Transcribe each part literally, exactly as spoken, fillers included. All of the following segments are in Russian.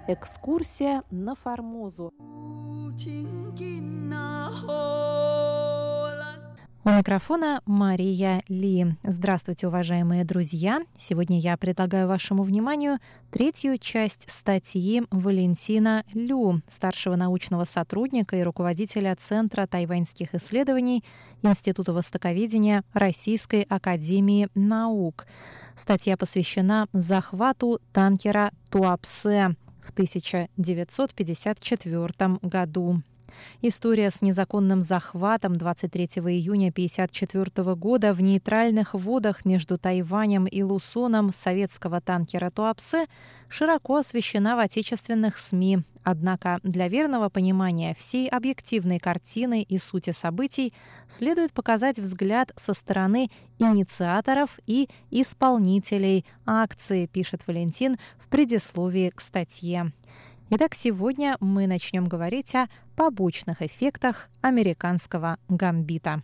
Экскурсия на Формозу. У микрофона Мария Ли. Здравствуйте, уважаемые друзья! Сегодня я предлагаю вашему вниманию третью часть статьи Валентина Лю, старшего научного сотрудника и руководителя Центра тайваньских исследований Института востоковедения Российской академии наук. Статья посвящена захвату танкера Туапсе в тысяча девятьсот пятьдесят четвёртом году. История с незаконным захватом двадцать третьего июня тысяча девятьсот пятьдесят четвёртого года в нейтральных водах между Тайванем и Лусоном советского танкера Туапсе широко освещена в отечественных СМИ. Однако для верного понимания всей объективной картины и сути событий следует показать взгляд со стороны инициаторов и исполнителей акции, пишет Валентин в предисловии к статье. Итак, сегодня мы начнем говорить о побочных эффектах американского гамбита.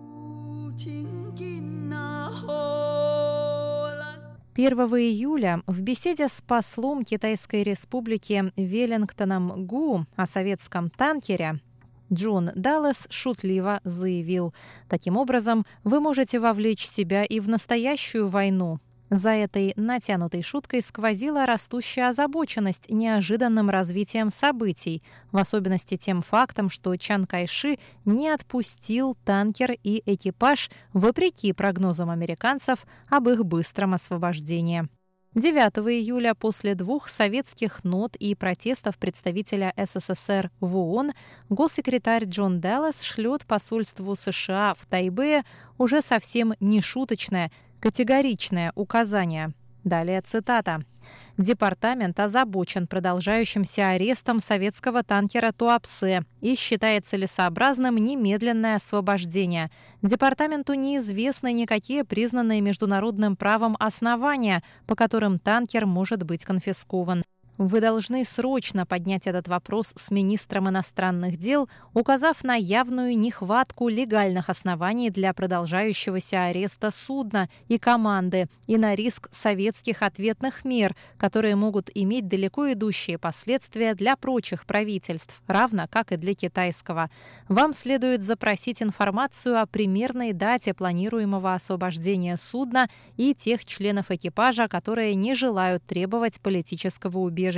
первого июля в беседе с послом Китайской республики Веллингтоном Гу о советском танкере Джон Даллас шутливо заявил: «Таким образом, вы можете вовлечь себя и в настоящую войну». За этой натянутой шуткой сквозила растущая озабоченность неожиданным развитием событий, в особенности тем фактом, что Чан Кайши не отпустил танкер и экипаж вопреки прогнозам американцев об их быстром освобождении. девятого июля после двух советских нот и протестов представителя СССР в ООН госсекретарь Джон Даллас шлет посольству США в Тайбэе уже совсем не шуточное, категоричное указание. Далее цитата. «Департамент озабочен продолжающимся арестом советского танкера Туапсе и считает целесообразным немедленное освобождение. Департаменту неизвестны никакие признанные международным правом основания, по которым танкер может быть конфискован. Вы должны срочно поднять этот вопрос с министром иностранных дел, указав на явную нехватку легальных оснований для продолжающегося ареста судна и команды и на риск советских ответных мер, которые могут иметь далеко идущие последствия для прочих правительств, равно как и для китайского. Вам следует запросить информацию о примерной дате планируемого освобождения судна и тех членов экипажа, которые не желают требовать политического убежища.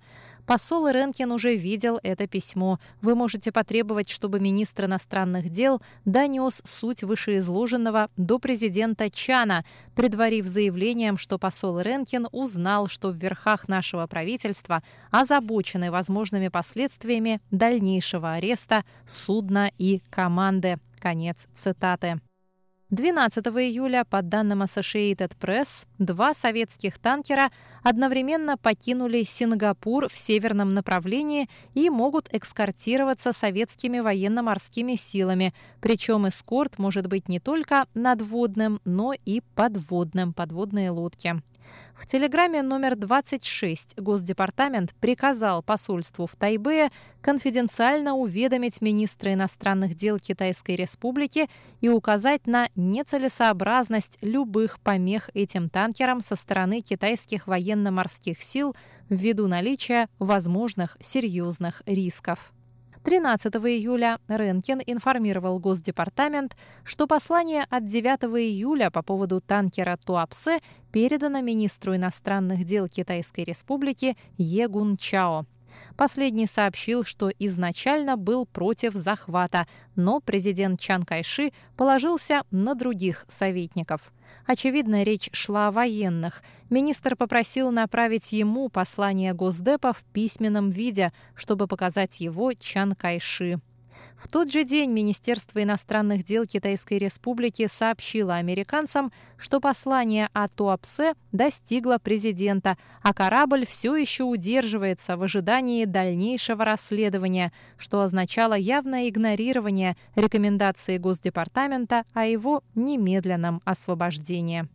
Посол Ренкин уже видел это письмо. Вы можете потребовать, чтобы министр иностранных дел донес суть вышеизложенного до президента Чана, предварив заявлением, что посол Ренкин узнал, что в верхах нашего правительства озабочены возможными последствиями дальнейшего ареста судна и команды». Конец цитаты. двенадцатого июля, по данным Associated Press, два советских танкера одновременно покинули Сингапур в северном направлении и могут эскортироваться советскими военно-морскими силами. Причем эскорт может быть не только надводным, но и подводным, подводные лодки. В телеграмме номер двадцать шесть Госдепартамент приказал посольству в Тайбэе конфиденциально уведомить министра иностранных дел Китайской Республики и указать на нецелесообразность любых помех этим танкерам со стороны китайских военно-морских сил ввиду наличия возможных серьезных рисков. тринадцатого июля Ренкин информировал Госдепартамент, что послание от девятого июля по поводу танкера Туапсе передано министру иностранных дел Китайской Республики Е Гунчао. Последний сообщил, что изначально был против захвата, но президент Чан Кайши положился на других советников. Очевидно, речь шла о военных. Министр попросил направить ему послание Госдепа в письменном виде, чтобы показать его Чан Кайши. В тот же день Министерство иностранных дел Китайской Республики сообщило американцам, что послание о Туапсе достигло президента, а корабль все еще удерживается в ожидании дальнейшего расследования, что означало явное игнорирование рекомендаций Госдепартамента о его немедленном освобождении.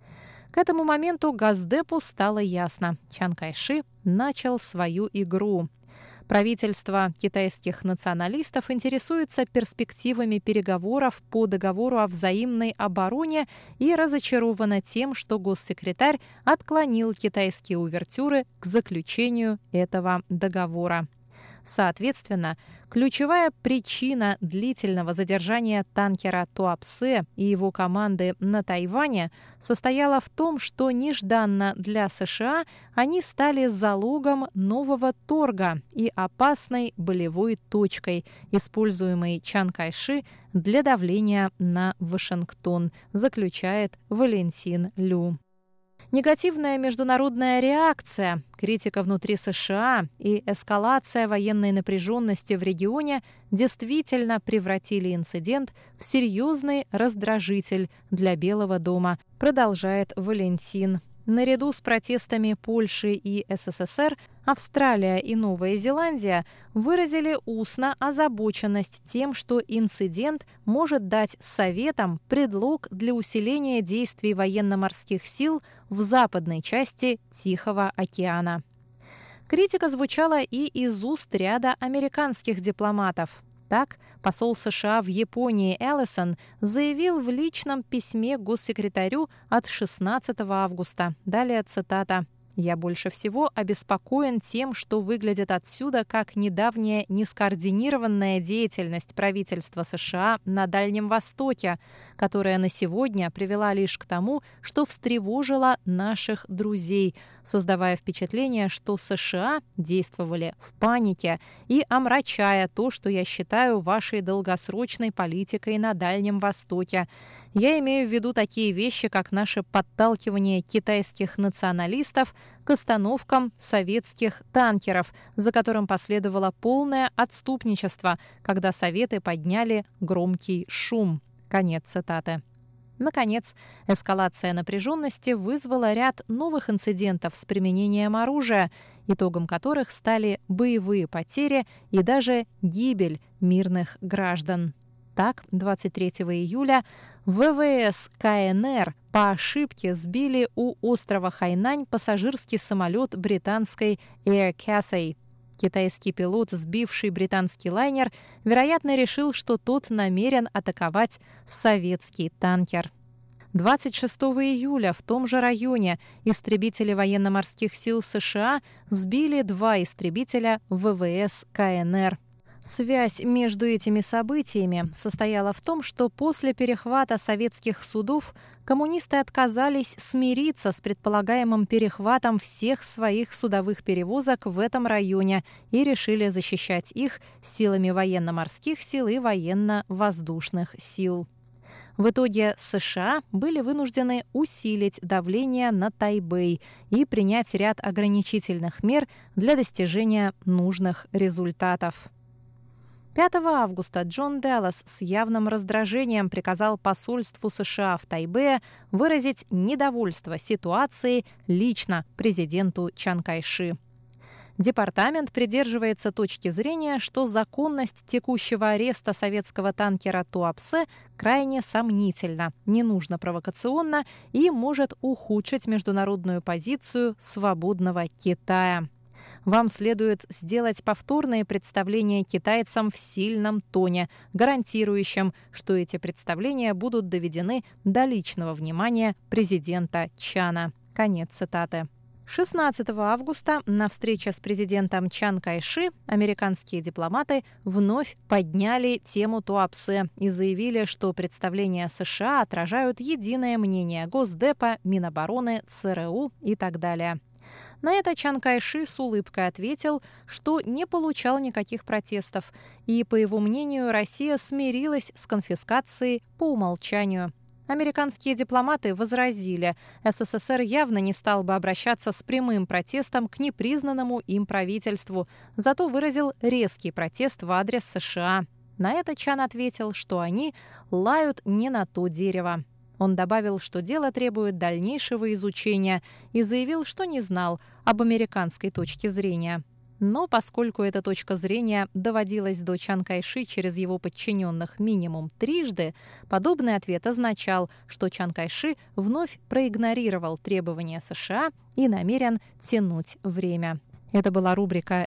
К этому моменту Госдепу стало ясно – Чан Кайши начал свою игру. Правительство китайских националистов интересуется перспективами переговоров по договору о взаимной обороне и разочаровано тем, что госсекретарь отклонил китайские увертюры к заключению этого договора. Соответственно, ключевая причина длительного задержания танкера Туапсе и его команды на Тайване состояла в том, что нежданно для США они стали залогом нового торга и опасной болевой точкой, используемой Чан Кайши для давления на Вашингтон, заключает Валентин Лю. Негативная международная реакция, критика внутри США и эскалация военной напряженности в регионе действительно превратили инцидент в серьезный раздражитель для Белого дома, продолжает Валентин. Наряду с протестами Польши и СССР, Австралия и Новая Зеландия выразили устно озабоченность тем, что инцидент может дать Советам предлог для усиления действий военно-морских сил в западной части Тихого океана. Критика звучала и из уст ряда американских дипломатов. Так, посол США в Японии Эллисон заявил в личном письме госсекретарю от шестнадцатого августа. Далее цитата. «Я больше всего обеспокоен тем, что выглядит отсюда как недавняя нескоординированная деятельность правительства США на Дальнем Востоке, которая на сегодня привела лишь к тому, что встревожила наших друзей, создавая впечатление, что США действовали в панике и омрачая то, что я считаю вашей долгосрочной политикой на Дальнем Востоке. Я имею в виду такие вещи, как наше подталкивание китайских националистов к остановкам советских танкеров, за которым последовало полное отступничество, когда Советы подняли громкий шум». Конец цитаты. Наконец, эскалация напряженности вызвала ряд новых инцидентов с применением оружия, итогом которых стали боевые потери и даже гибель мирных граждан. Так, двадцать третьего июля ВВС КНР по ошибке сбили у острова Хайнань пассажирский самолет британской Air Cathay. Китайский пилот, сбивший британский лайнер, вероятно, решил, что тот намерен атаковать советский танкер. двадцать шестого июля в том же районе истребители военно-морских сил США сбили два истребителя ВВС КНР. Связь между этими событиями состояла в том, что после перехвата советских судов коммунисты отказались смириться с предполагаемым перехватом всех своих судовых перевозок в этом районе и решили защищать их силами военно-морских сил и военно-воздушных сил. В итоге США были вынуждены усилить давление на Тайбэй и принять ряд ограничительных мер для достижения нужных результатов. пятого августа Джон Даллас с явным раздражением приказал посольству США в Тайбэе выразить недовольство ситуацией лично президенту Чан Кайши. Департамент придерживается точки зрения, что законность текущего ареста советского танкера Туапсе крайне сомнительна, не нужно провокационно и может ухудшить международную позицию свободного Китая. Вам следует сделать повторные представления китайцам в сильном тоне, гарантирующем, что эти представления будут доведены до личного внимания президента Чана. Конец цитаты. шестнадцатого августа на встрече с президентом Чан Кайши американские дипломаты вновь подняли тему Туапсе и заявили, что представления США отражают единое мнение Госдепа, Минобороны, ЦРУ и так далее. На это Чан Кайши с улыбкой ответил, что не получал никаких протестов, и, по его мнению, Россия смирилась с конфискацией по умолчанию. Американские дипломаты возразили, СССР явно не стал бы обращаться с прямым протестом к непризнанному им правительству, зато выразил резкий протест в адрес США. На это Чан ответил, что они лают не на то дерево. Он добавил, что дело требует дальнейшего изучения и заявил, что не знал об американской точке зрения. Но поскольку эта точка зрения доводилась до Чан Кайши через его подчиненных минимум трижды, подобный ответ означал, что Чан Кайши вновь проигнорировал требования США и намерен тянуть время. Это была рубрика